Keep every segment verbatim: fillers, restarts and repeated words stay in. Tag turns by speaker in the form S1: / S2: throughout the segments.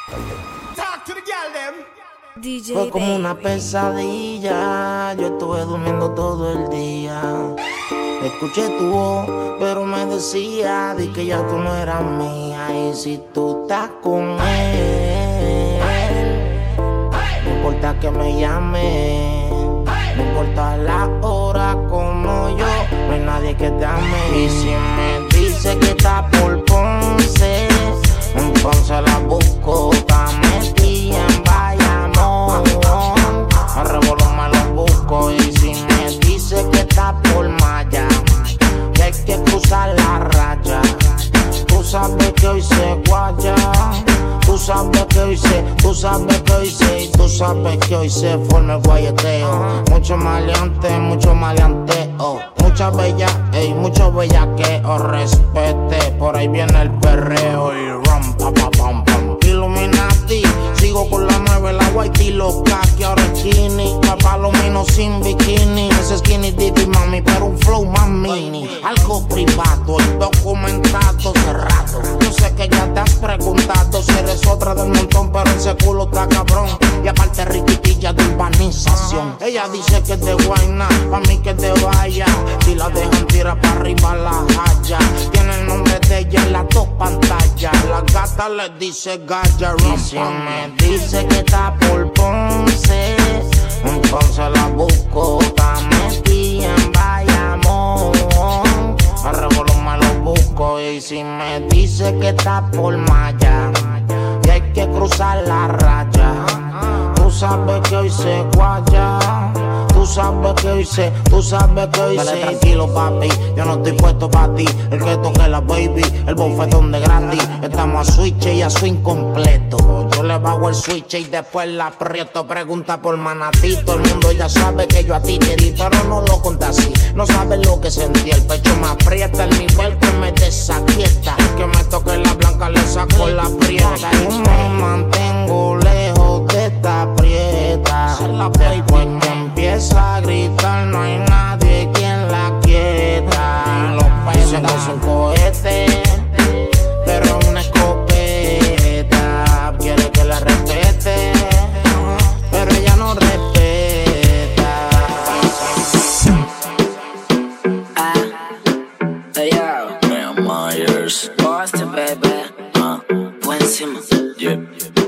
S1: Fue como una pesadilla, yo estuve durmiendo todo el día. Escuché tu voz, pero me decía di que ya tú no eras mía. Y si tú estás con él, no importa que me llame, no importa la hora como yo, no hay nadie que te ame. Y si me dice que está por Ponce, entonces la busco, está metida en Bayamón. A revolver me lo busco. Y si me dice que está por Maya, que hay que cruzar la raya, tú sabes que hoy se guaya. Tú sabes que hoy se, tú sabes que hoy se, y tú sabes que hoy se forma el guayeteo. Mucho maleante, mucho maleanteo, mucha bella, ey, mucho bellaqueo. Respete, por ahí viene el perreo y rum, pa, pa, pam, pam. Illuminati, sigo con la nueve, la white y los khaki, ahora skinny. Papá lo menos sin bikini, ese skinny dippy, mami, pero un flow más mini. Algo privado, el documentado cerrado. Yo sé que ya te has preguntado si eres otra del montón, pero ese culo está cabrón. Y aparte riquitilla de urbanización. Ella dice que es de Guayna, pa' mí que es de Vaya. Si la dejan tirar pa' arriba la haya. Tiene el nombre de ella en las dos pantallas. La gata le dice Gaya. Y si me dice que está por Ponce, entonces la busco, está metida en Bayamón. A revolver me lo busco. Y si me dice que está por Maya, y hay que cruzar la raya, tú sabes que hoy se guaya. Tú sabes que hoy se, tú sabes que hoy se. Dale tranquilo, papi, yo no estoy puesto pa' ti. El que toque la baby, el bofetón de gratis. Estamos a switch y a swing completo. Yo le bajo el switch y después la aprieto. Pregunta por Manatí, todo el mundo ya sabe que yo a ti te di, pero no lo conté así. No sabes lo que sentí, el pecho me aprieta, el nivel que me desaquieta. El que me toque la blanca le saco la prieta. Yo me mantengo lejos de esta prieta. Después que empieza a gritar, no hay nadie quien la quieta. Los peces no son cohetes, pero una escopeta. Quiere que la respete, pero ella no respeta.
S2: Ah, hey yo, Mel Myers, Boston baby, ah, por encima, yeah.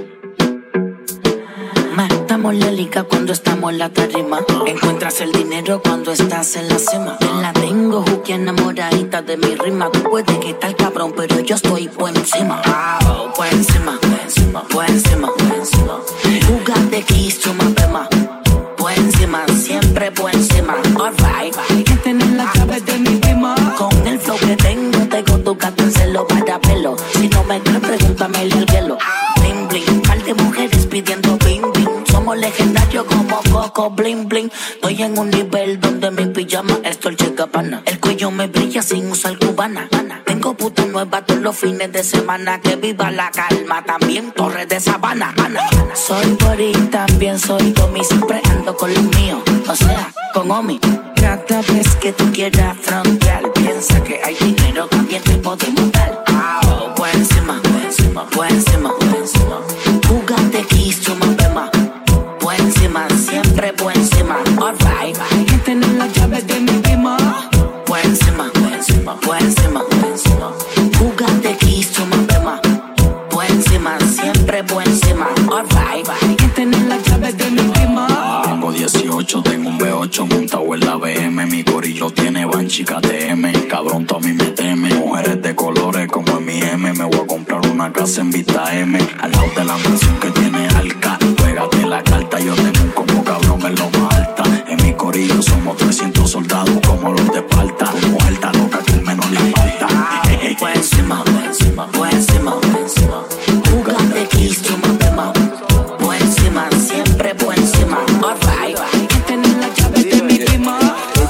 S2: Matamos la liga cuando estamos en la tarima. Encuentras el dinero cuando estás en la cima. Te la tengo, juque enamoradita de mi rima. Tú puedes que tal cabrón, pero yo estoy por encima. Oh, por encima, por encima, por encima, por encima. Jugate que hizo más pema. Por encima, siempre por encima. Alright, hay que tener la llave de mi prima. Con el flow que tengo, tengo tu gato en celo para pelo. Si no me crees, pregúntame el hielo. Bling bling, par de mujeres pidiendo bling bling. Somos legendarios como Coco Bling Bling. Estoy en un nivel donde mi pijama es Dolce Gabbana. El cuello me brilla sin usar cubana. Tengo puta nueva todos los fines de semana. Que viva la calma, también Torres de Sabana. Soy body, también soy Tommy. Siempre ando con los míos, o sea, con Omi. Cada vez que tú quieras frontear, piensa que hay dinero, también te podemos dar. Oh, por encima, por encima, por encima, por encima. Jugate que hizo más pema. Por encima, siempre por encima. Alright, hay que tener la llave de mi prima. Por encima, por encima, por encima, por encima. Jugate que hizo más pema. Por encima, siempre por encima. Alright, hay que tener la llave de mi prima.
S3: Tengo dieciocho, tengo un V ocho montado en la B M. Mi corillo tiene Banshee K T M. Cabrón, tú a mí me teme. Mujeres de colores como en mi M. Me voy a comprar una casa en Vista M. Al lado de la mansión que tiene Alca. Pégate la carta, yo tengo un combo cabrón en lo más alta. En mi corillo somos trescientos soldados como los de Esparta. Tu mujer está loca que al menos le falta.
S2: Por encima, por encima, por encima, por encima. Jugate que hizo más tema. Por encima, siempre por encima. Alright, hay que tener la llave de mi prima.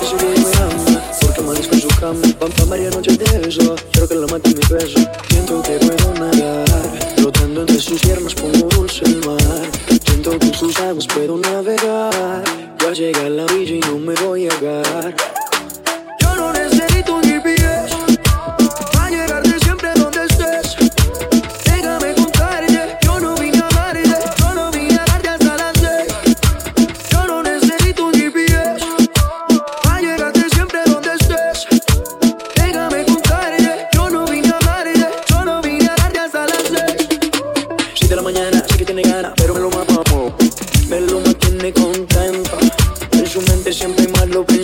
S4: Porque amanezco en su cama. Pampa María noches de eso. Quiero que la mate mi beso. Siento que puedo nadar. Flotando entre sus piernas como dulce el mar. Siento que en sus aguas puedo navegar. Ya llega a la orilla y no me voy a ahogar. Yo no necesito un G P S para llegarte siempre donde estés. Déjame contarte, yo no vine a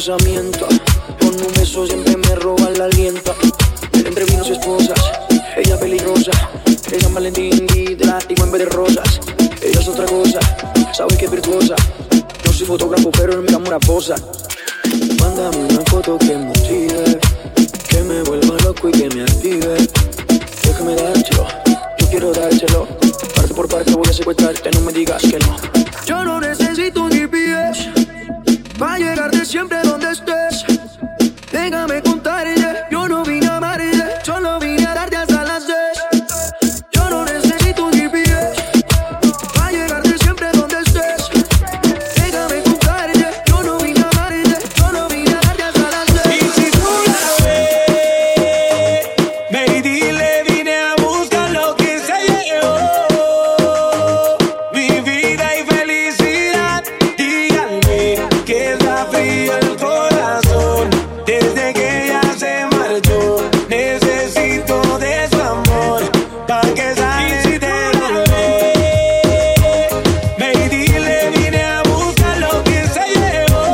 S4: pensamiento. Con un beso siempre me roba el aliento. Entre vinos y esposas, ella peligrosa. Ella Valentín Vidra, digo en vez de rosas. Ella es otra cosa, sabe que es virtuosa. No soy fotógrafo, pero en mi cámara posa. Mándame una foto que motive, que me vuelva loco y que me active. Déjame dártelo, yo quiero dártelo. Parte por parte voy a secuestrarte, no me digas que no. Yo no necesito un G P S para llegarte siempre donde estés. Déjame contarte, yo no vine a amarte, solo vine a darte hasta las seis. Yo no necesito un G P S para llegarte siempre donde estés. Déjame contarte, yo no vine a amarte, solo vine a darte hasta las seis.
S5: Y si tú la ves, ve y dile, vine a buscar lo que se llevó. Mi vida y felicidad, díganme que está frío el corazón. Desde que ella se marchó, necesito de su amor para que sane de dolor. Ve y dile, vine a buscar lo que se llevó.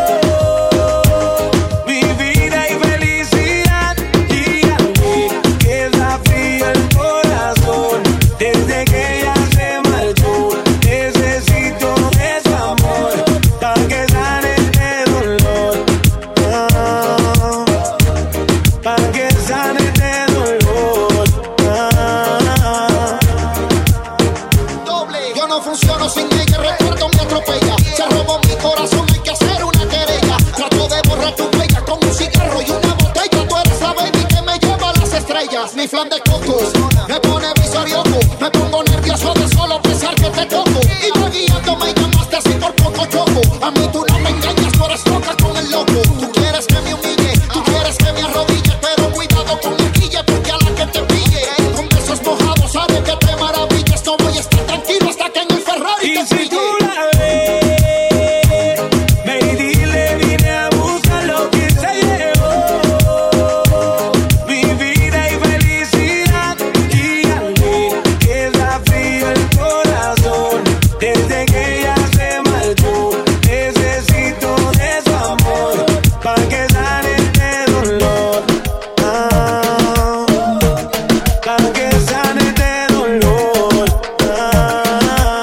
S5: Mi vida y felicidad, díganme que está frío el corazón. Desde que ella se marchó, necesito de su amor para que sane de dolor. Ah, para que sane de dolor. Ah.
S6: Doble. Yo no funciono sin ella, recuerdo me atropella. Se robó mi corazón, hay que hacer una querella. Trato de borrar tu huella con un cigarro y una botella. Tú eres la baby que me lleva a las estrellas. Mi flan de coco me pone visorioco. Me pongo nervioso de solo pensar que te toco. Y yo guiándome llamaste así por poco choco. A mí tú no me engañas, tú eres loca con el loco. Tú quieres que me humille, tú quieres que me arrodille, pero cuidado con el guille porque a la que te pille con besos mojados sabe que te maravillas. No voy a estar tranquilo hasta que en el Ferrari
S5: Y
S6: te
S5: si
S6: pille.
S5: tú la ves, ve y dile, vine a buscar lo que se llevó. Mi vida y felicidad, díganme que está frío el corazón. Desde que ella se marchó, necesito de su amor para que sane de dolor. Ah, para que sane de dolor. Ah.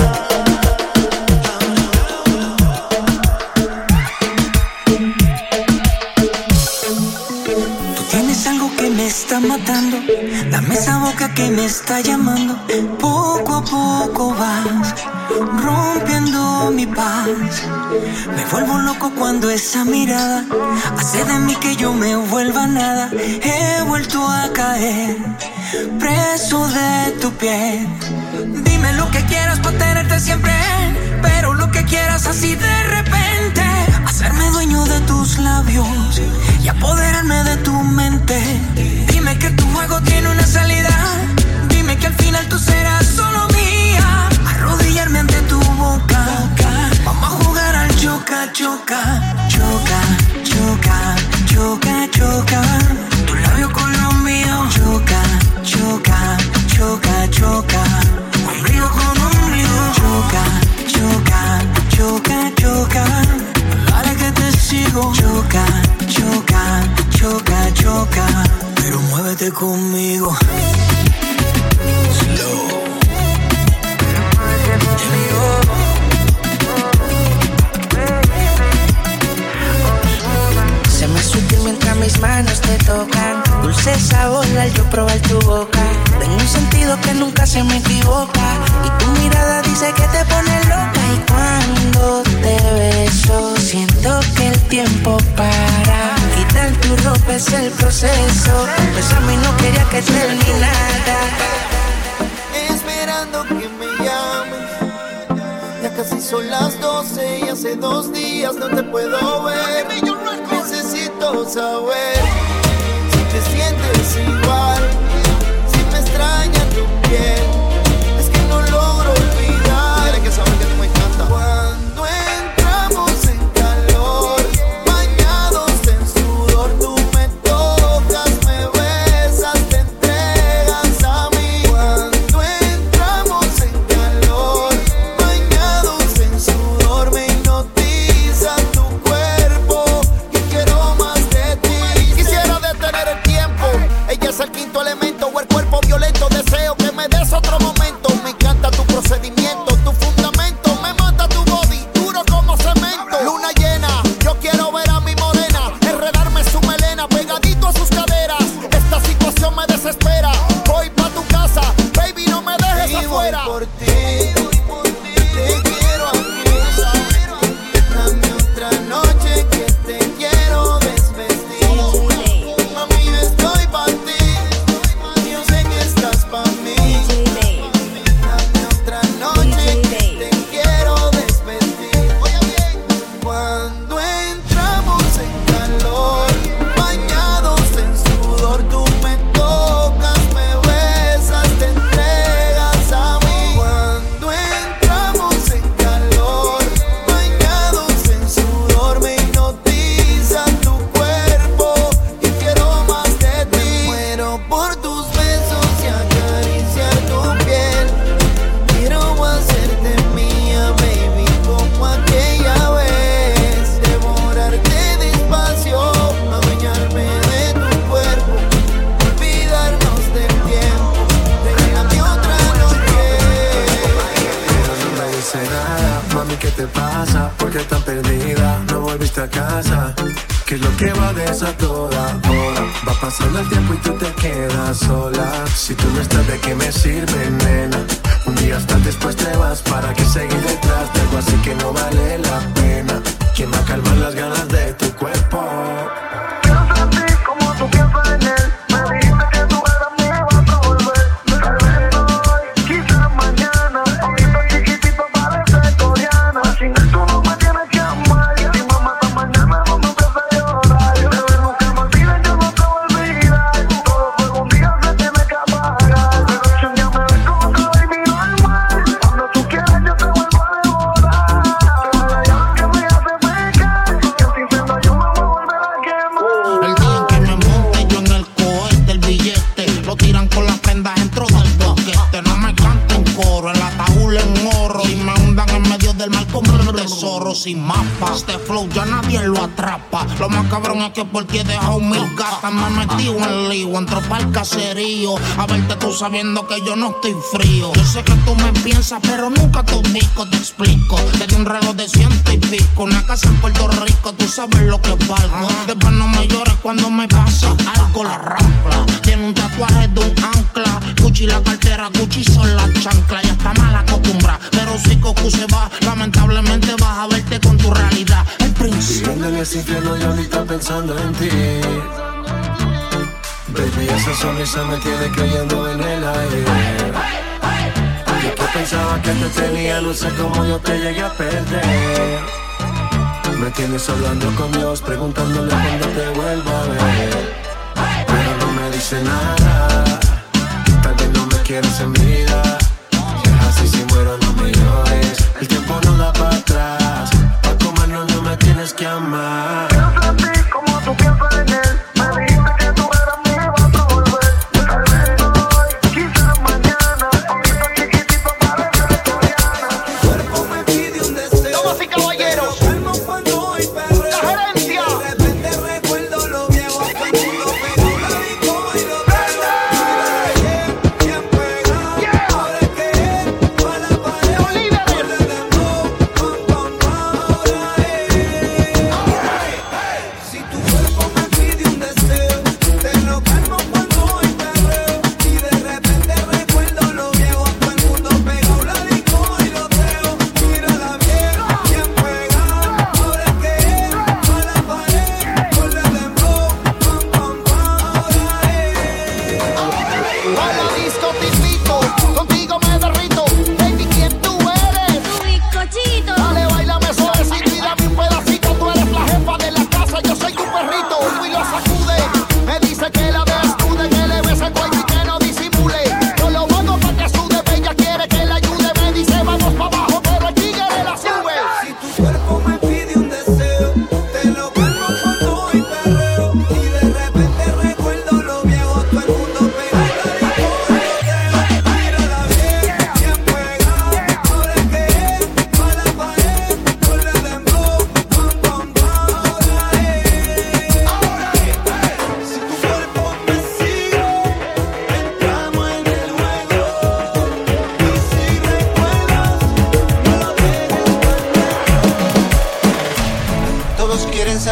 S7: Tú tienes algo que me está matando. Dame esa boca que me está llamando. Poco a poco vas rompiendo mi paz. Me vuelvo loco cuando esa mirada hace de mí que yo me vuelva nada. He vuelto a caer preso de tu piel. Dime lo que quieras para tenerte siempre, pero lo que quieras así de repente. Hacerme dueño de tus labios y apoderarme de tu mente. Dime que tu juego tiene una salida. Dime que al final tú serás solo mía. Arrodillarme ante tu boca. Vamos a jugar al choca, choca. Choca, choca, choca, choca. Tu labio con los míos. Choca, choca, choca, choca. Ombligo con ombligo. Choca, choca, choca, choca. Dale que te sigo. Choca, choca, choca, choca. Pero muévete conmigo. Slow.
S1: Se me sutil mientras mis manos te tocan. Dulce sabor al yo probar tu boca. Tengo un sentido que nunca se me equivoca. Y tu mirada dice que te pone loca. Y cuando te beso siento que el tiempo para. Quitar tu ropa es el proceso. Besarme y no quería que terminara.
S6: Esperando que me llames. Ya casi son las doce y hace dos días no te puedo ver. Necesito saber si te sientes igual, si me extraña tu piel. Es que no logro olvidar. Tienes que saber que tú me encanta. Cuando entramos en calor, bañados en sudor, tú me tocas, me besas, te entregas a mí. Cuando entramos en calor, bañados en sudor, me hipnotiza tu cuerpo y otro momento. Me encanta tu procedimiento, tu fundamento. Me mata tu body, duro como cemento. Luna llena, yo quiero ver a mi morena enredarme su melena, pegadito a sus caderas. Esta situación me desespera. Voy pa' tu casa, baby, no me dejes y afuera. Voy por ti.
S8: ¿Qué es lo que va de esa toda hora? Va pasando el tiempo y tú te quedas sola. Si tú no estás, ¿de qué me sirve, nena? Un día estás, después te vas. ¿Para qué seguir detrás de algo así que no vale la pena? ¿Quién va a calmar las ganas de tu cuerpo?
S9: Quiero sentir como tú piensas en él. Me dijiste que tú eras mía, vas a volver. Tal vez no hoy, quizás mañana. Ojito chiquitito parece coreana. Sin eso no me tienes que amar. Si me matas mañana no me empieza a llorar. De ver nunca me olvides, yo no te voy a olvidar. Todo fuego un día se tiene que apagar. Pero si un día me ves como que baby normal, cuando tú quieras yo te vuelvo a devorar. Te voy a llamar que me hace pecar. Que sin siendo yo me voy a volver a quemar.
S1: El día en que me monte yo en el cohete, el billete lo tiran con las prendas dentro del boquete. No me canten coro, el ataúd en oro y me hundan en medio del mar como un tesoro sin mapa. Este flow ya nadie lo atrapa. Lo más cabrón es que porque he dejado mil gatas me he metido en lío, entro pa'l caserío a verte tú sabiendo que yo no estoy frío. Yo sé que tú me piensas pero nunca tu disco te explico. Te di un reloj de ciento y pico, una casa en Puerto Rico, tú sabes lo que valgo. Después no me llores cuando me pasa algo. La rampla tiene un tatuaje de un ancla, Gucci la cartera, Gucci son las chanclas. Ya está mal acostumbrada, pero si Coco se va, lamentablemente vas a verte con tu realidad. El príncipe
S8: viviendo en ese infierno y ahorita pensando en ti. Baby, esa sonrisa me tiene creyendo en el aire. Yo que pensaba que te tenía, no sé cómo yo te llegué a perder. Me tienes hablando con Dios, preguntándole cuándo te vuelvo a ver. Pero no me dice nada, tal vez no me quieras en vida. Así si muero no me llores, el tiempo no da para atrás. Pa' comernos no me tienes que amar.
S9: Quiero sentir como tú piensas en él. Me dijiste que tú eras mía, vas a volver. Tal vez no hoy, quizás mañana. Ojito chiquitito parece coreana.
S5: Mi cuerpo me pide un deseo.
S6: Damas y caballeros,
S5: Cuando voy perreo,
S6: la gerencia.
S5: de repente recuerdo lo viejo. Todo el mundo pegó la disco y lo veo. Mira, bien, bien pegado. Ahora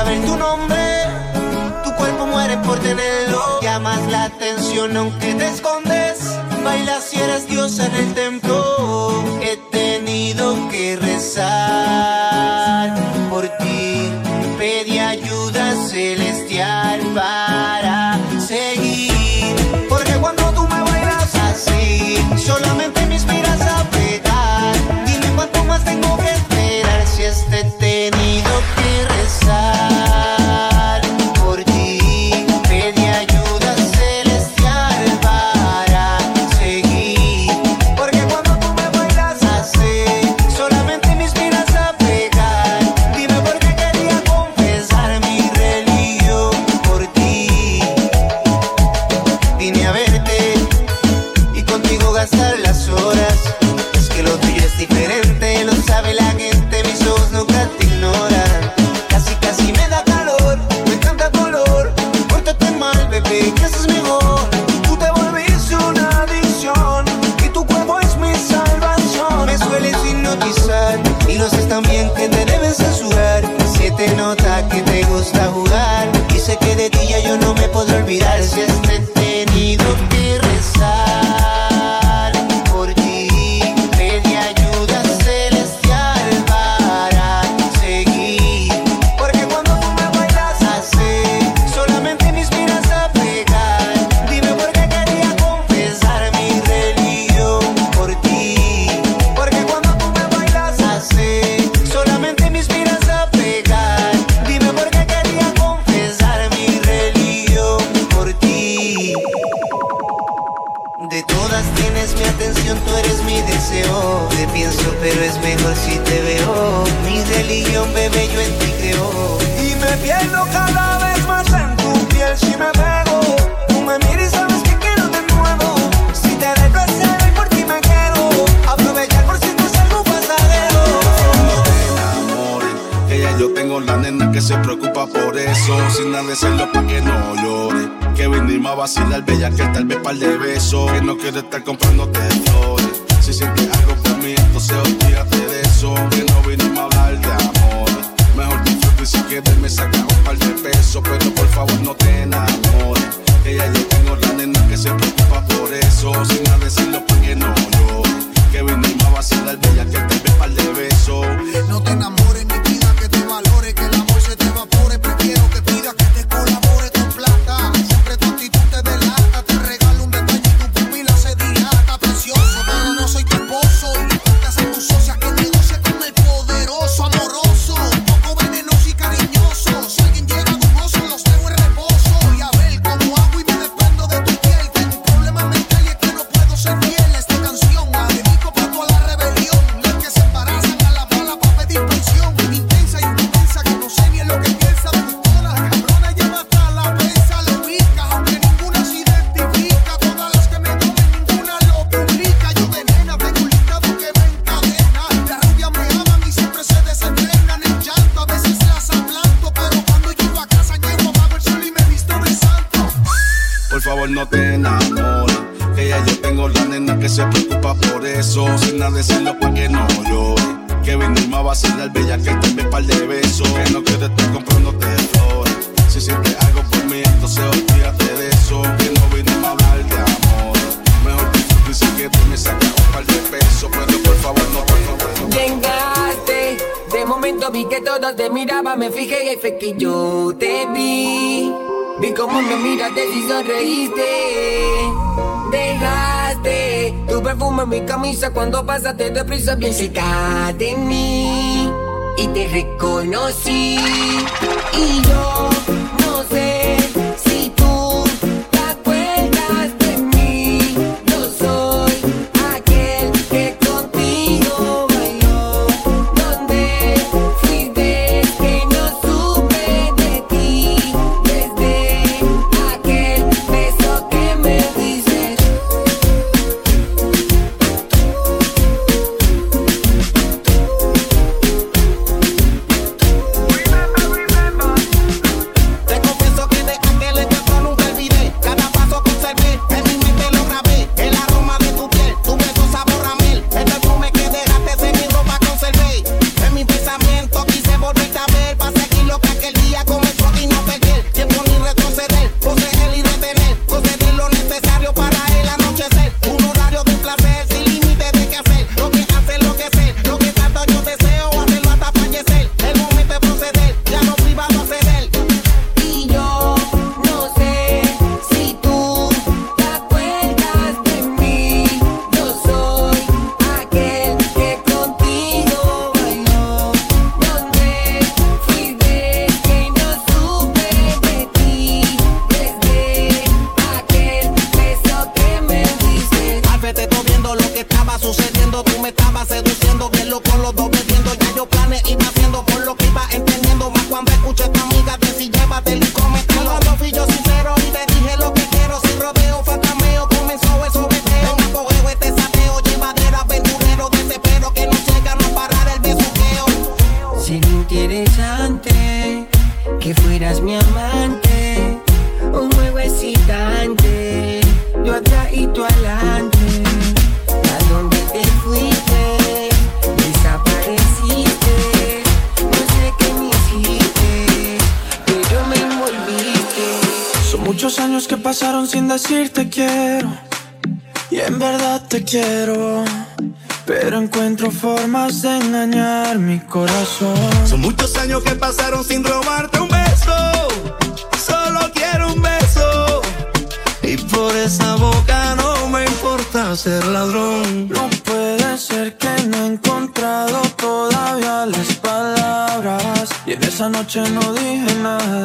S10: saber tu nombre, tu cuerpo muere por tenerlo. Llamas la atención aunque te escondes. Bailas si eres diosa en el templo. He tenido que rezar por ti. Pedí ayuda celestial para seguir. Porque cuando tú me bailas así, solamente me inspiras a pegar. Dime cuánto más tengo que esperar si este he tenido que rezar por ti. Pedí ayuda celestial para seguir. Porque cuando tú me bailas así, solamente me inspiras a pegar. Dime por qué quería confesar mi religión por ti. Vine a verte y contigo gastar las horas. Es que lo tuyo es diferente, lo sabe la gente, mis ojos nunca te ignoran. Casi casi me da calor, me encanta tu olor. Pórtate mal, bebé, que haces mejor. Tú te volviste una adicción y tu cuerpo es mi salvación. Me sueles hipnotizar y lo sé también que te deben censurar. Se te nota que te gusta jugar y sé que de ti ya yo no me puedo olvidar. Si este he tenido que rezar por ti, pedí ayuda celestial para seguir. Porque cuando tú me bailas así, solamente me inspiras a pegar. Dime por qué quería confesar mi religión por ti. Porque cuando tú me bailas así, solamente me inspiras a pegar. Dime por qué quería confesar mi religión por ti. De todas tienes mi atención, tú eres mi deseo. Te pienso pero es mejor si te veo. Mi religión, bebé, yo en ti creo. Y me pierdo cada vez más en tu piel si me pego. Tú me miras y sabes que quiero de nuevo. Si te dejo hacer y por ti me quedo. Aprovechar por si tú es algo pasajero.
S11: No te enamores, que ya yo tengo la nena que se preocupa por eso. Sin nada de serlo pa' que no llore. Que vinimos a vacilar bella que tal vez par de besos. Que no quiero estar comprándote flores. Si sientes algo por mí, entonces olvídate de eso. Que no vinimos a hablar de amor. Mejor disfruta y si quieres me saca un par de pesos. Pero por favor no te enamores, que ya yo tengo la nena que se preocupa por eso. Sin nada decirlo pa' que no llore. Que vinimos a vacilar bella que tal vez par de besos.
S6: No te enamores, mi vida, que te valore, que el amor se te evapore. Prefiero que pidas que te colabore con plata. Siempre tu actitud te delata. Te regalo un detalle y tu pupila se dilata. Precioso, pero no soy tu esposo. Y le cuentas a tus socias que negocia con el poderoso, amoroso, un poco venenoso y cariñoso. Si alguien llega dudoso, los dejo en reposo. Y a ver cómo hago y me desprendo de tu piel. Tengo un problema mental y es que no puedo ser fiel. Esta canción la dedico para toda la rebelión. Las que se embarazan a la mala pa' pedir pensión. Intensa y intensa que no sé ni en lo que piensa. Todas las cabronas llama hasta la prensa. Lo ubica, aunque ninguna se identifica. Todas las que me tomen, ninguna lo publica. Yo de nena tengo un listado que me encadena. Las rubias me aman y siempre se desentrenan en llanto. A veces las aplanto, pero cuando llego a casa llego apago el sol y me visto de santo.
S11: Por favor no te enamores, que ya yo tengo la nena que se preocupa por eso. Sin nada decirlo pa' que no llore. Que vinimos a vacilar bella que tal vez par de besos. Que no quiero estar comprándote flores. Si sientes algo por mí, entonces olvídate de eso. Que no vinimos a hablar de amor. Mejor disfruta y si quieres me saca un par de pesos. Pero por favor no te enamores.
S12: Llegaste, de momento vi que todos te miraban, me fijé y fue que yo te vi. Vi cómo me miraste y sonreíste. Dejaste tu perfume en mi camisa cuando pasaste deprisa bien cerca de mí. Y te reconocí. Y yo no sé si tú te acuerdas de mí. Yo soy aquel que contigo bailó. Donde fuiste que no supe de ti. Desde aquel beso que me dices.
S1: estaba sucediendo. Tú me estabas seduciendo, bien loco los dos bebiendo. Ya yo planes iba haciendo por lo que iba entendiendo. Más cuando escuché a esta amiga decir llévatelo y cómetelo. Cuando fui yo sincero y te dije lo que quiero. Sin rodeo, fantameo, comenzó eso beteo. En apogeo este sateo, llevadera, aventurero. Desespero que no llega a no parar el besuqueo.
S12: Sería interesante que fueras mi amante, un juego excitante, yo atrás y tú adelante. ¿A dónde te fuiste? Desapareciste. No sé qué me hiciste, pero me envolviste.
S13: Son muchos años que pasaron sin decirte quiero, y en verdad te quiero, pero encuentro formas de engañar mi corazón.
S14: Son muchos años que pasaron sin robarte un beso. Solo quiero un beso, y por esa boca no me importa ser ladrón.
S13: No puede ser que no he encontrado todavía las palabras, y en esa noche no dije nada.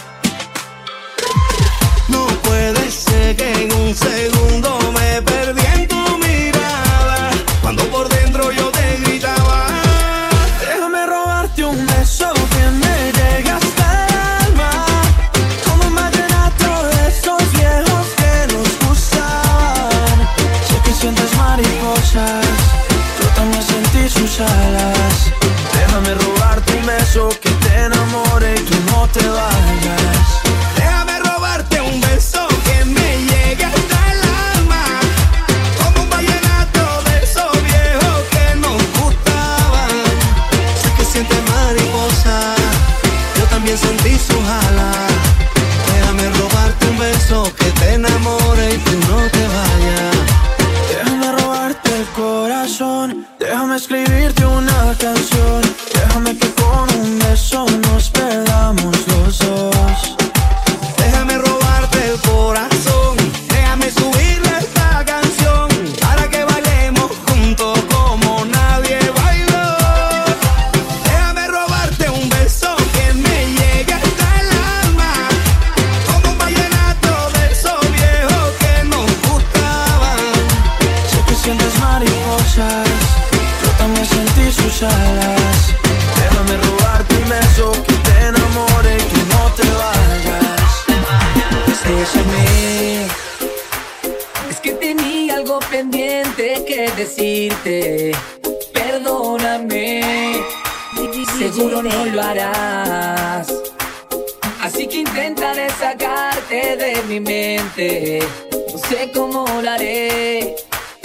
S14: No puede ser que en un segundo me perdí en tu mirada, cuando por dentro yo te gritaba.
S13: Déjame robarte un beso que me llegue hasta el alma, como un vallenato de esos viejos que nos gustaban. Sé que sientes mariposas, yo también sentí sus alas. Déjame robarte un beso que te enamore y tú no te vayas.
S14: Déjame robarte un beso que me llegue hasta el alma, como un vallenato de esos viejos que nos gustaban. Sé que sientes mariposa, yo también sentí sus alas. Déjame robarte un beso que te enamore y tú no te vayas.
S13: Déjame robarte el corazón, déjame escribirte una canción. Déjame que con un beso nos perdamos los dos.
S14: Déjame robarte el corazón, déjame subirle esta canción, para que bailemos juntos como nadie bailó. Déjame robarte un beso que me llegue hasta el alma, como un vallenato de esos viejos que nos gustaban.
S13: Sé que sientes mariposas, yo también sentí sus alas. Déjame robarte un beso que te enamore y tú no te vayas.
S12: Déjame, es que tenía algo pendiente que decirte. Perdóname, seguro no lo harás, así que intentaré sacarte de mi mente. No sé cómo lo haré.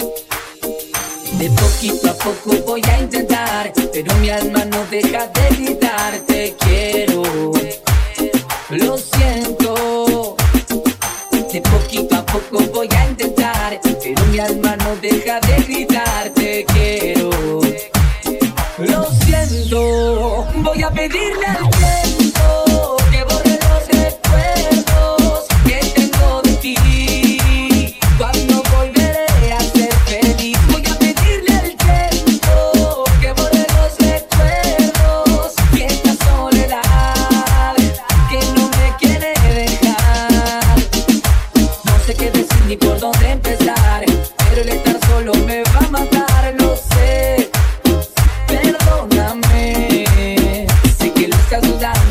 S12: De poquito a poco voy a intentar, pero mi alma no deja de gritar. Te quiero, lo siento. De poquito a poco voy a intentar, pero mi alma no deja de gritar. Te quiero, lo siento. Voy a pedirle al tiempo que borre los recuerdos que tengo de ti. Cuando volveré a ser feliz, voy a pedirle al tiempo que borre los recuerdos y esta soledad que no me quiere dejar. No sé qué decir ni por dónde empezar, pero el estar solo me va a matar, lo sé. Perdóname, sé que lo estás dudando.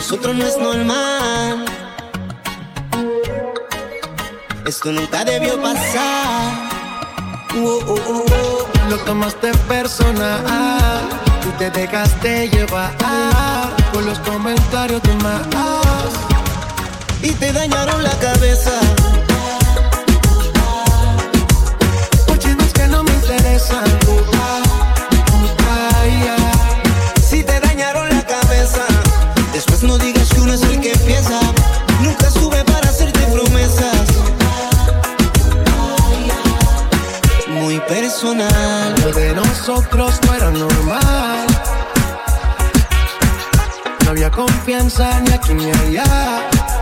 S10: nosotros no es normal. Esto nunca debió pasar. Oh, oh, oh, oh.
S8: Lo tomaste personal y te dejaste llevar por los comentarios de más
S10: y te dañaron la cabeza
S8: por chismes que no me interesan.
S10: Si te dañaron la cabeza, después no digas que uno es el que empieza. Nunca estuve para hacerte promesas. Muy personal.
S8: Lo de nosotros no era normal. No había confianza ni aquí ni allá.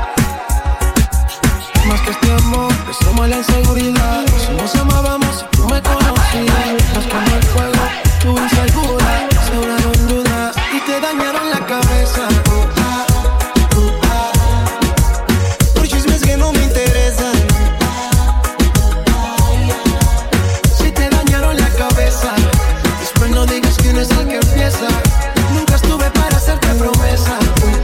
S8: Más que este amor, te suma la inseguridad. Si nos amábamos, si tú me conocías. Más como el fuego, tú insegura, sobraron duda y te dañaron la cabeza.
S10: Por chismes que no me interesan.
S8: Si te dañaron la cabeza, después no digas quién es el que empieza. Nunca estuve para hacerte promesa.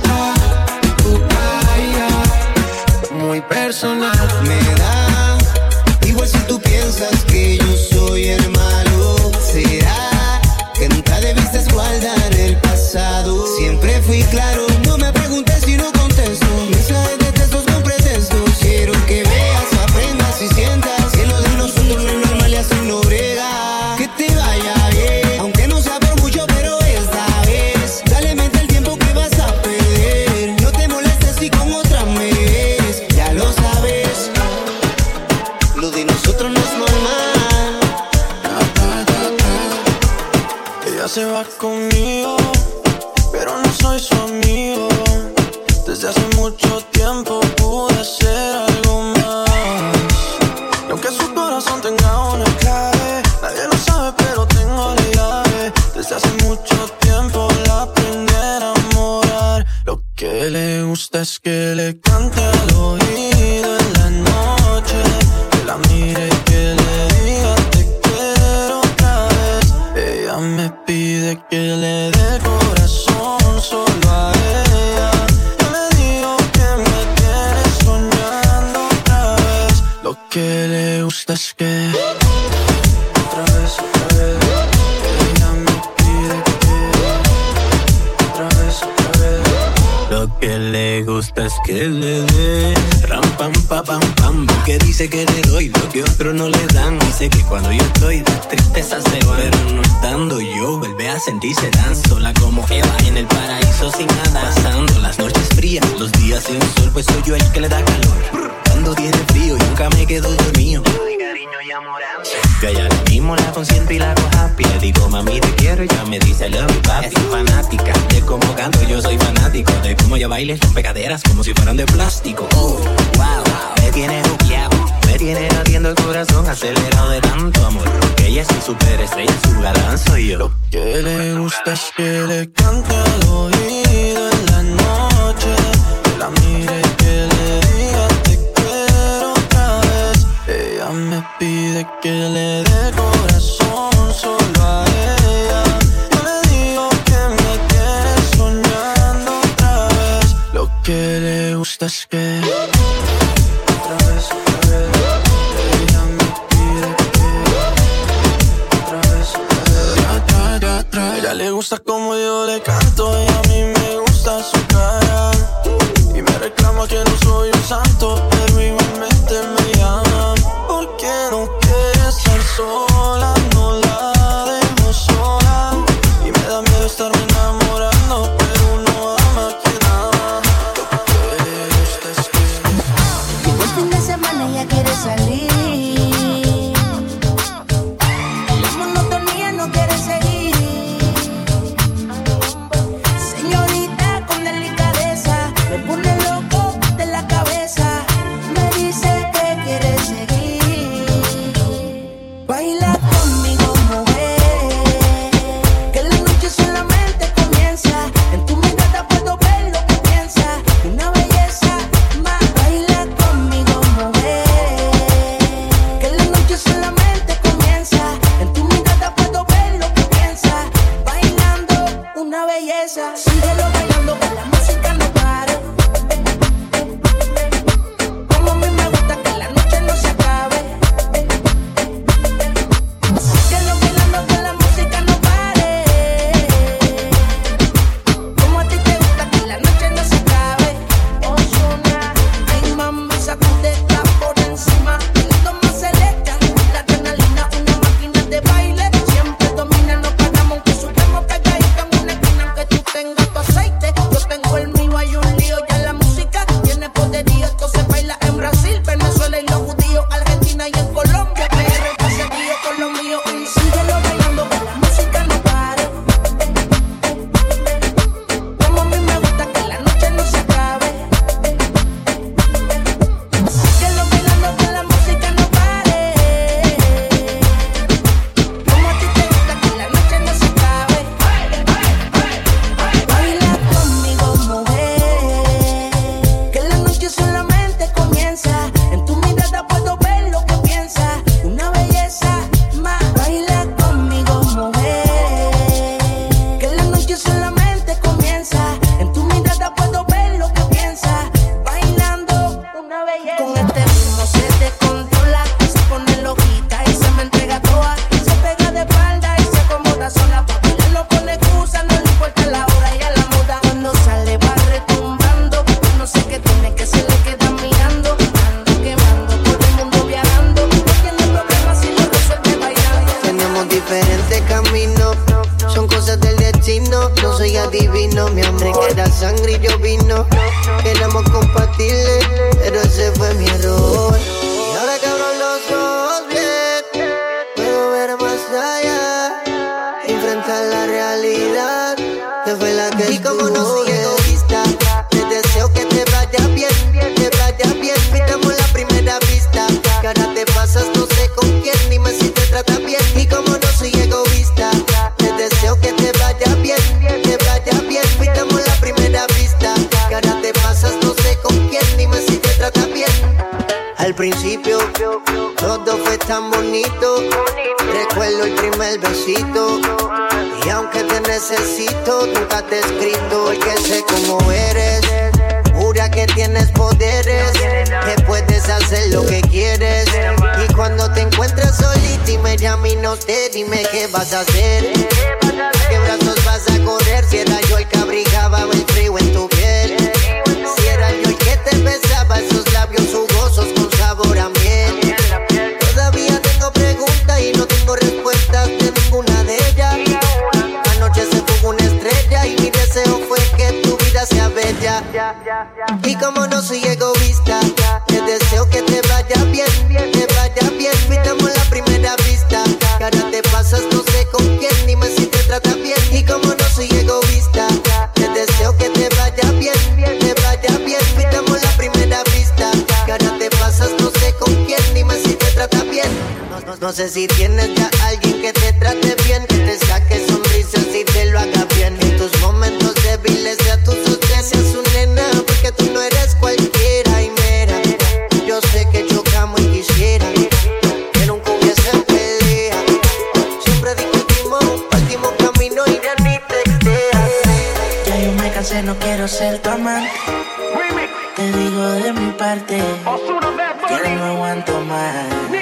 S8: Muy personal.
S10: Me da igual si tú piensas que yo soy el malo. ¿Será que nunca debiste guardar el pasado? Siempre fui claro, no me preguntes si no contesto. Mensajes de textos con pretextos. Quiero que veas, aprendas y sientas que lo de nosotros no es normal y así no brega. Que te vaya bien, aunque no sea por mucho, pero esta vez dale mente al tiempo que vas a perder. No te molestes si con otra me ves, ya lo sabes. Lo de nosotros no es normal.
S13: Ella se va conmigo, pero no soy su amigo. Desde hace mucho tiempo pude ser algo más. Y aunque su corazón tenga una clave, nadie lo sabe, pero tengo la llave. Desde hace mucho tiempo la aprendí a enamorar. Lo que le gusta es que le cante al oído en la noche, que la mire y que le diga te quiero otra vez. Ella me pide que le dé corazón solo a ella. Yo le digo que me tiene soñando otra vez. Lo que le gusta es que otra vez, otra vez. Ella me pide que otra vez, otra vez.
S15: Lo que le gusta es que le dé ram pam pa pam pam, porque dice que le doy lo que otros no le dan. Dice que cuando yo estoy de tristeza se va, pero no estando yo vuelve a sentirse tan sola como Eva en el paraíso sin nada. Pasando las noches frías, los días sin sol, pues soy yo el que le da calor. Cuando tiene frío y nunca me quedo dormido, yo a ella lo mismo la consiento y la hago happy. Le digo mami te quiero, ella me dice I love you papi. Es fanática de cómo canto, yo soy fanático de cómo ella baila con pegaderas como si fueran de plástico. Oh, wow, me tiene juqueado, me tiene latiendo el corazón acelerado de tanto amor. Porque ella es mi superestrella, su galán soy yo.
S13: Lo que le gusta es que le cante al oído en la noche, que la mire y que le diga te quiero otra vez. Ella me pide que le dé corazón solo a ella. Yo le digo que me tiene soñando otra vez. Lo que le gusta es que otra vez, otra vez. Ella me pide que otra vez, otra vez. Ya, ya, ya, ya. Ella le gusta como yo le canto y a mí me gusta su cara. Y me reclama que no soy un santo, pero igualmente me llama. Porque no quiere estar sola, no la dejo sola. Y me da miedo estarme enamorando, pero uno ama a quien ama. Lo que le gusta es que
S16: llegó el fin de semana y ya quiere salir. La monotonía no quiere seguir. Señorita con delicadeza, me pone loco de la cabeza. Me dice que quiere seguir. Baila conmigo, mujer, que la noche solamente comienza. En tu mirada puedo ver lo que piensas. Una belleza más. Baila conmigo, mujer, que la noche solamente comienza. En tu mirada puedo ver lo que piensas. Bailando una belleza. Síguelo bailando que la música no para.
S10: soy adivino, mi amor era sangre y yo vino. Éramos compatibles, pero ese fue mi error. Y ahora que abro los ojos bien, puedo ver más allá, enfrentar la realidad, que fue la que. Y como no soy egoísta, te deseo que te vaya bien, te vaya bien. Fijamos la primera vista, que ahora te pasas no sé con quién, dime si te trata bien. Y como no soy egoísta, te deseo que te vaya bien, te vaya bien. Fijamos la primera vista, que ahora te pasas no sé con quién, dime si te trata bien. Al principio, todo fue tan bonito. Recuerdo el primer besito. Y aunque te necesito, nunca te he escrito. Porque sé cómo eres. Jura que tienes poderes, que puedes hacer lo que quieres. Y cuando te encuentres solita y me llames y no te, dime qué vas a hacer. ¿Qué brazos vas a correr? Si era yo el que abrigaba el frío en tu piel. Si era yo el que te besaba esos labios jugosos con sabor a miel. Todavía tengo preguntas y no tengo respuestas de ninguna de ellas. Anoche se fugó una estrella y mi deseo fue que tu vida sea bella. Y como no soy egoísta, te deseo que te vaya bien, te vaya bien. Fijamos la primera vista, que ahora te pasas no sé con quién, dime si te trata bien. Y como no soy egoísta, te deseo que te vaya bien, te vaya bien. Fijamos la primera vista, que ahora te pasas no sé con quién, dime si te trata bien. No, no, no sé si tienes ya alguien que te trate bien, que te saque sonrisas y te lo haga bien. En tus momentos débiles sea tu sostén, seas su nena, porque tú no eres cualquiera. Y mira, yo sé que chocamos y quisiera que nunca hubiese pelea. Siempre discutimos, partimos camino y ya ni texteas.
S16: Ya yo me cansé, no quiero ser tu amante. Te digo de mi parte que no aguanto más.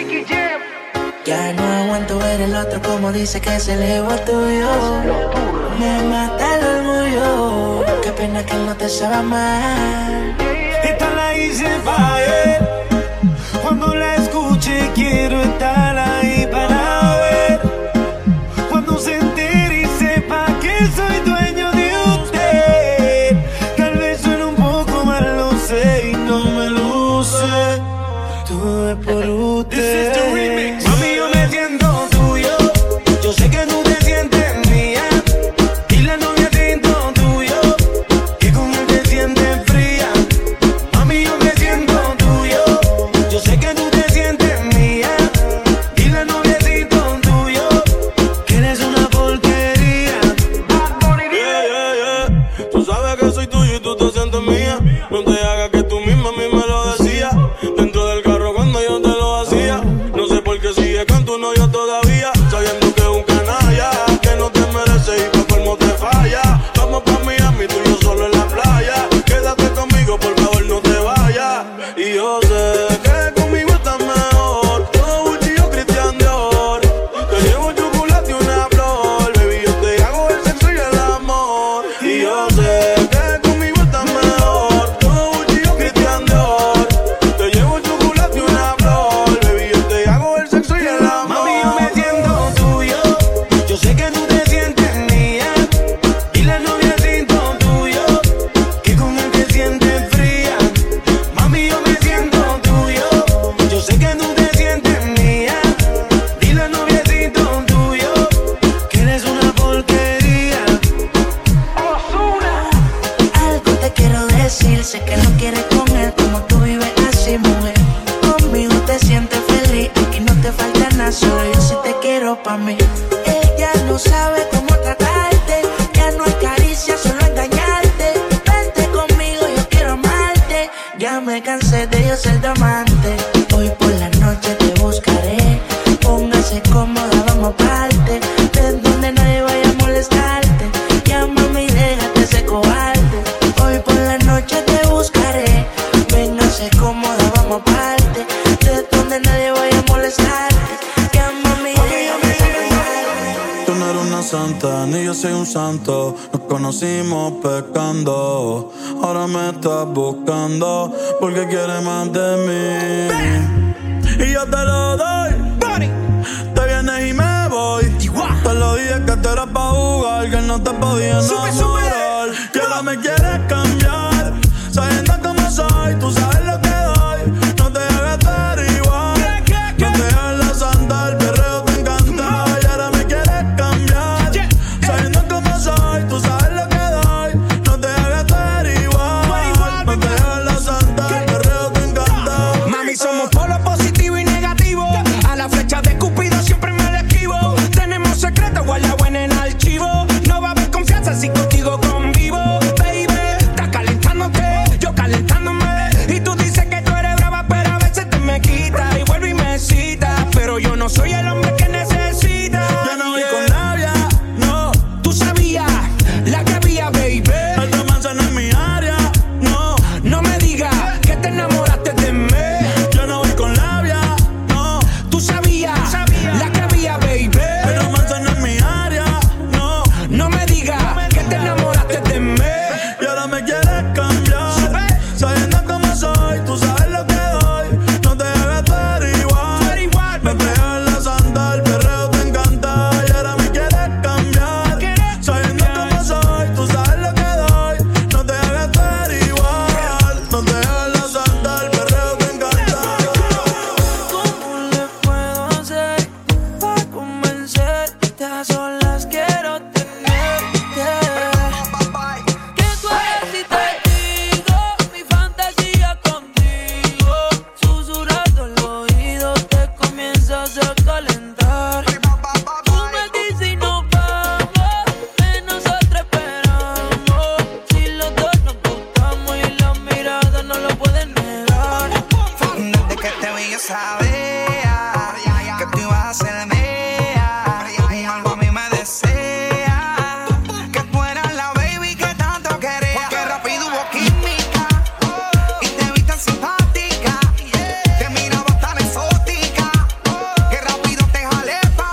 S16: Ya no aguanto ver el otro como dice que se le va tuyo. Me mata el orgullo, qué pena que él no te sabe mal.
S5: Esta la hice pa' él. Cuando la escuche quiero estar ahí para ver. Cuando se entere y sepa que soy dueño de usted. Tal vez suene un poco mal, lo sé y no me luce. Todo es por usted. Mami, yo me siento tuyo. Yo sé que tú te sientes mía. Y la novia siento tuyo. Y con él te sientes fría. Mami, yo me siento tuyo. Yo sé que tú te sientes mía. Y la novia siento tuyo. Que eres una porquería. Yeah, yeah, yeah. Tú sabes que soy tuyo y tú te sientes mía. No te hagas que tú misma a mí me lo decías. Dentro del carro cuando yo te lo hacía. No sé por qué sigue con tu novio todavía, sabiendo que es un canalla, que no te merece y pa' colmo te falla. Vamos pa' Miami, tú y yo solo en la playa. Quédate conmigo, por favor no te vayas. Y yo sé que conmigo estás mejor. Todo Gucci o Christian Dior. Te llevo chocolate y una flor. Baby, yo te hago el sexo y el amor. Y yo sé que conmigo estás mejor. Todo Gucci o Christian Dior. Te llevo chocolate y una flor. Baby, yo te hago el sexo y el amor. Mami, yo me siento tuyo. Yo sé que tú te sientes mía. Y la novia siento tuyo. Que con él te sientes fría. Mami, yo me siento tuyo. Yo sé que tú te sientes mía. Y la novia siento tuyo. Que eres una porquería. Ozuna.
S16: Algo te quiero decir, sé que no quieres con él como tú vives así, mujer. Conmigo te sientes feliz, aquí no te falta nada, solo yo sí te quiero pa' mí. Ella no sabe cómo tratarte, ya no hay caricia, solo engañarte. Vente conmigo, yo quiero amarte, ya me cansé de yo ser tu amante. Hoy por la noche te buscaré, póngase cómoda, vamos aparte, de donde nadie vaya a molestarte. Ya mami, déjate ese cobarde. Hoy por la noche te buscaré, véngase cómoda, vamos aparte, de donde nadie vaya a molestarte. Ya mami, déjate ese cobarde.
S17: Tú no eres una santa, ni yo soy un santo. Nos conocimos pecando. Ahora me estás buscando porque quieres más de mí. Y yo te lo doy. Te vienes y me voy. Te lo dije que tú eras pa' jugar, que no te podía enamorar. ahora me quieres cambiar. Sabiendo cómo soy, tú sabes lo que doy. No te hagas estar igual. No te hagas andar, el perreo te encanta. Y ahora me quieres cambiar. Sabiendo cómo soy, tú sabes lo que doy. No te hagas estar igual. No te hagas andar, el perreo te encanta.
S18: Mami, somos polo positivo y negativo. A la flecha de Cupido siempre me la esquivo. Tenemos secretos guardados en el archivo. No va a haber confianza si contigo convivo. Baby, estás calentándote, yo calentándome. Y tú dices que tú eres brava, pero a veces te me quita. Y vuelvo y me cita, pero yo no soy el hombre que necesita.
S17: Yo no voy con labia, no.
S18: Tú sabías la que había, baby.
S17: El romance no es mi área, no.
S18: No me digas que te enamoraste de mí.
S17: Yo no voy con labia, no.
S18: Tú sabías la que había, baby.
S17: El romance no es mi área, no.
S18: No me digas que te enamoraste de mí.
S17: Y ahora me quieres cambiar. Sabiendo cómo soy, tú sabes lo que doy. No te hagas estar igual. Me pegas la santa, el perreo te encanta. Y ahora me quieres cambiar. Sabiendo cómo soy, tú sabes lo que doy. No te hagas estar igual. No te hagas la santa, el perreo te encanta.
S7: ¿Cómo le puedo hacer para convencerte? A solas quiero tenerte. Que tú eres y te digo mi fantasía contigo. Susurrando el oído te comienzas a calentar. Tú me dices y nos vamos, que nosotros esperamos. Si los dos nos gustamos y las miradas no lo pueden negar.
S14: Desde que te vi yo sabía que tú ibas a ser mía. Algo a mí me desea que tú eras la baby que tanto quería. Que rápido hubo química y te vi tan simpática. Te miraba tan exótica que rápido te jalé pa'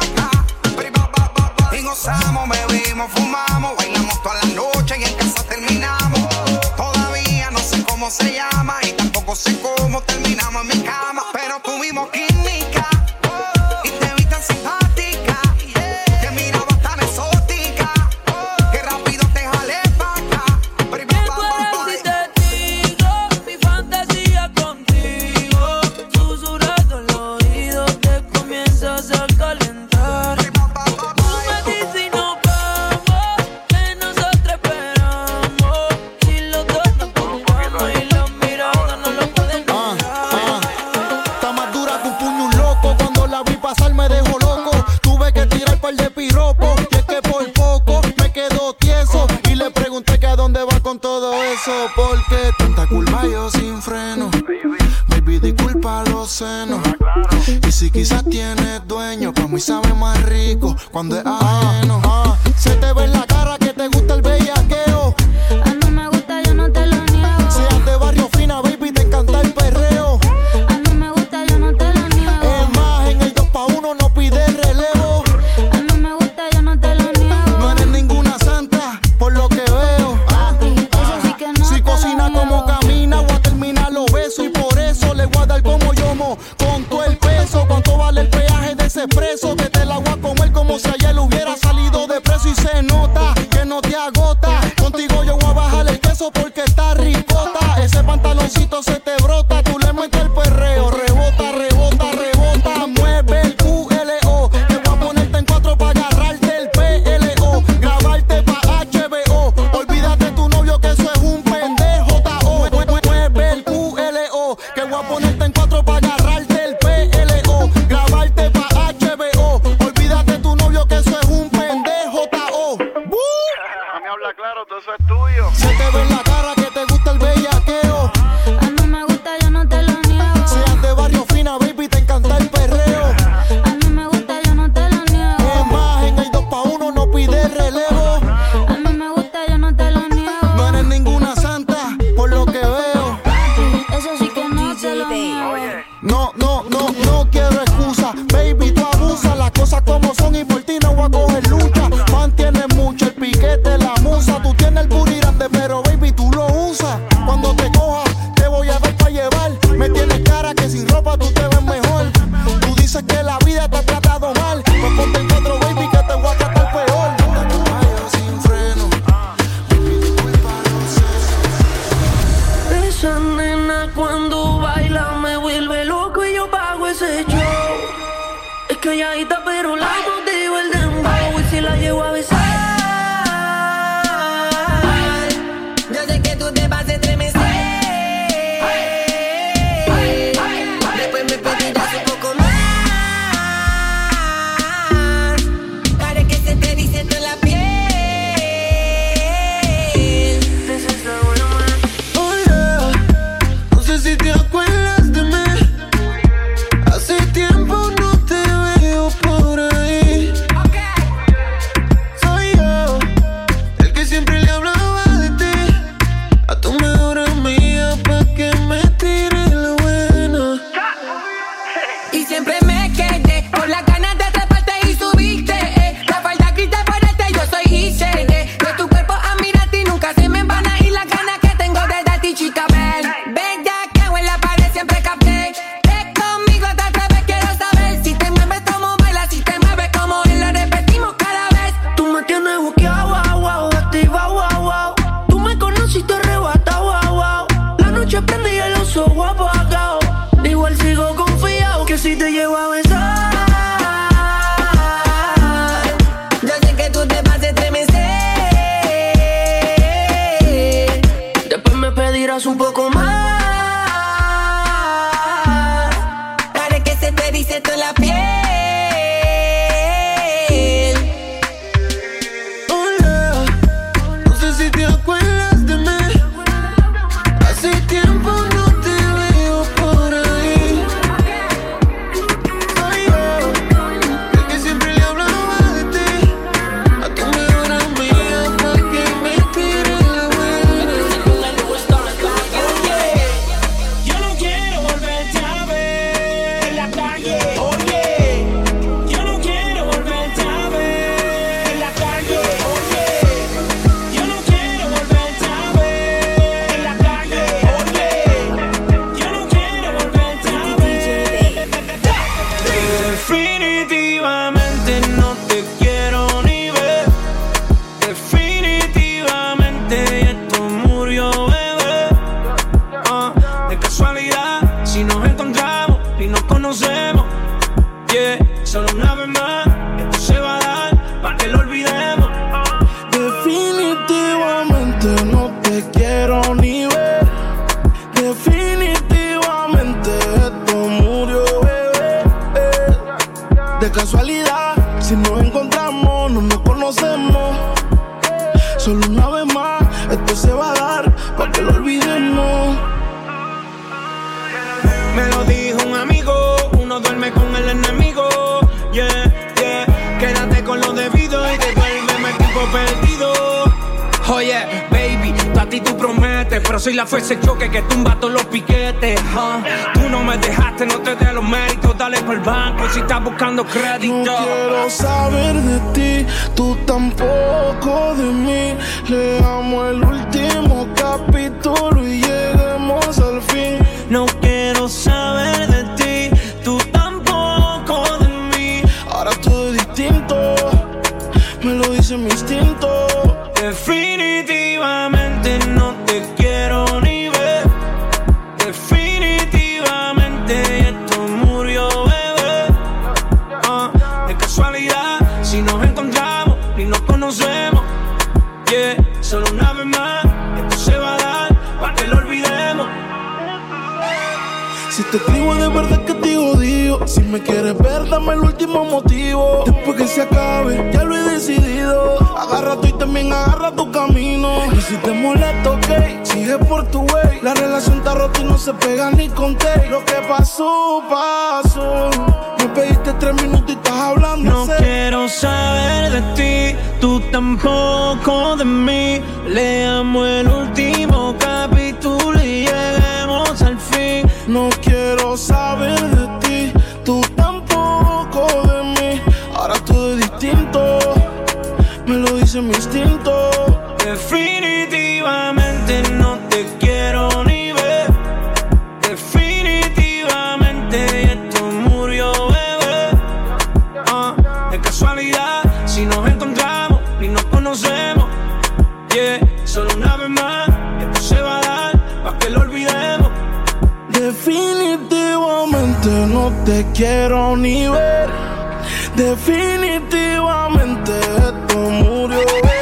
S14: acá. Y gozamos, bebimos, fumamos, bailamos toda la noche y en casa terminamos. Todavía no sé cómo se llama y tampoco sé cómo terminamos en mi cama, pero tuvimos química y te vi tan simpática. Te miraba tan exótica que rápido te jalé pa' acá.
S7: Que tú eres y te digo mi fantasía contigo. Susurrando el oído te comienzas a calentar. Tú me dices y nos vamos, que nosotros esperamos. Si los dos nos gustamos y las miradas no lo pueden negar.
S6: Está más dura que un puño un loco. Cuando la vi pasar me dejó loco. Tuve que tirar par de piropos. Y es que por poco me quedo tieso. Y le pregunté que a dónde va con todo eso. Porque tanta culpa yo sin freno. Baby, disculpa los senos. Y si quizás tienes dueño, pa' mí sabe más rico cuando es ajeno. Ah, se te ve en la cara que te gusta el bellaqueo.
S16: Ah, no me gusta, yo no te lo niego.
S6: Seas de barrio fina, baby, te encanta el perreo.
S16: Ah, no me gusta, yo no te lo niego.
S6: Es más, en el dos pa' uno no pide relevo.
S16: Ah, no me gusta, yo no te lo niego.
S6: No eres ninguna santa, por lo que veo.
S16: Papi, eso sí que no
S6: Si
S16: te
S6: cocina
S16: lo
S6: como
S16: niego.
S6: camina, voy a terminar los besos. Y por eso le voy a dar como yo mo. Con todo el peso, ¿cuánto vale el peaje de ese preso? Que te la voy a comer como si ayer hubiera salido de preso. Y se nota que no te agota. Contigo yo voy a bajar el queso porque está ricota. Ese pantaloncito se te brota. Tú le metes el perreo. Rebota, rebota, rebota. Mueve el Q L O. Te voy a ponerte en cuatro para agarrarte el P L O. Grabarte pa' H B O. Olvídate tu novio que eso es un pendejo. J O. Mueve el Q L O. Que voy a ponerte en cuatro para agarrarte el P L O. Grabarte pa' H B O. Olvídate tu novio que eso es un pendejo. J O.
S9: A mí habla claro, todo eso es tuyo.
S6: Se te ve en la cara que te gusta el bellaqueo.
S16: Ah, no me gusta, yo no te lo niego.
S6: Seas de barrio fina, baby, te encanta el perreo.
S16: Ah, no me gusta, yo no te lo niego.
S6: Es más, en el dos pa' uno no pide relevo.
S16: A mí me gusta, yo no te lo niego.
S6: No eres ninguna santa, por lo que veo.
S16: Papi, eso sí que no te lo niego.
S6: No, no, no, no quiero excusa. Baby, tú abusas, las cosas como son y por ti no voy a coger lucha. Mantienes mucho el piquete, la musa. Tú tienes el booty grande, pero baby,
S16: calladita pero la motivo el dembow. Y si la llevo a besar,
S12: yo sé que tú te vas a estremecer. Después me pedirás un poco más. Para que se te dice toda la piel.
S9: Hola, no sé si te acuerdas de mí. Hace tiempo no te veo por ahí. Soy yo, el que siempre le hablaba de ti a tu mejor amiga pa' que me tire la buena.
S12: Y siempre me quedé con las ganas de atraparte y subiste. Eh. La falda grita por este, yo soy I C D. De tu cuerpo a mirarte y nunca se me van a ir las ganas que tengo de darte, chica, ven. Bella que en la pared siempre capté. Ven conmigo otra vez, quiero saber si te mueves como bailas, si te mueves como él, lo repetimos cada vez.
S16: tú me tienes buqueado, wow, wow, activa, wow, wow. Tú me conociste arrebata, wow, wow. La noche prende y el oso guapo apagado. Igual sigo confiado que si te llevo a besar,
S12: Yo sé que tú te vas a estremecer.
S16: después me pedirás un poco más.
S12: Para que se te dice toda la piel.
S9: Hola, no sé si te acuerdas de mí. Hace tiempo no te veo por ahí. Soy yo, el que siempre le hablaba de ti a tu mejor amiga pa' que me tire la buena.
S18: Yo no quiero volverte a ver en la calle. Oye, yo no quiero volverte a ver en la calle. Oye, yo no quiero volverte a ver en la calle. Oye, yo no quiero volverte a ver. Definitivamente no te quiero ni ver. Definitivamente esto murió, bebé. Ah, de casualidad, si nos encontramos y nos conocemos, yeah, solo una vez más, esto se va a dar para que lo olvidemos.
S9: Definitivamente no te quiero ni ver. Definitivamente esto murió, bebé. Eh, De casualidad, si nos encontramos, no nos conocemos. Solo una vez más, esto se va a dar para que lo olvidemos.
S18: Me lo dijo un amigo, uno duerme con el enemigo, yeah, yeah. Quédate con lo debido y devuélveme el tiempo perdido. Oye, baby, tú a ti tú prometes, pero soy la fuerza de choque que tumba todos los piquetes. huh? Tú no me dejaste, no te des los méritos, dale por el banco si estás buscando crédito.
S9: No quiero saber de ti, tú tampoco de mí. Leamos el último capítulo y lleguemos al fin.
S18: No quiero saber de ti, tú tampoco de mí.
S9: Ahora todo es distinto, me lo dice mi instinto.
S18: Definitivamente no te quiero ni ver. Definitivamente esto murió, bebé. Ah, de casualidad, si nos encontramos y nos conocemos, yeah, solo una vez más, esto se va a dar para que lo olvidemos.
S9: Si te escribo de verdad que te odio. Si me quieres ver, dame el último motivo. Después que se acabe, ya lo he decidido. Agarra tú y también agarra tu camino. Y si te molesta, ok, sigue por tu way. La relación está rota y no se pega ni con té. Lo que pasó, pasó. Me pediste tres minutos y estás hablando.
S18: No quiero saber de ti, tú tampoco de mí. Leamos el último capítulo y lleguemos al fin.
S9: No quiero saber de ti, tú tampoco de mí. Ahora todo es distinto, me lo dice mi instinto.
S18: Definitivamente no te quiero ni ver. Definitivamente esto murió, bebé. Ah, de casualidad, si nos encontramos y nos conocemos, yeah, solo una vez más, esto se va a dar para que lo olvidemos.
S9: Definitivamente no te quiero ni ver.
S19: Definitivamente esto murió.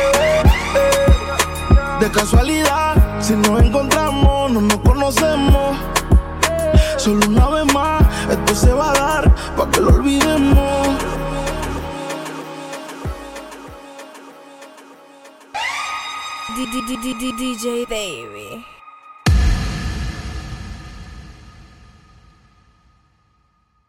S19: De casualidad, si nos encontramos, no nos conocemos. Solo una vez más, esto se va a dar pa' que lo olvidemos.
S20: D J Baby.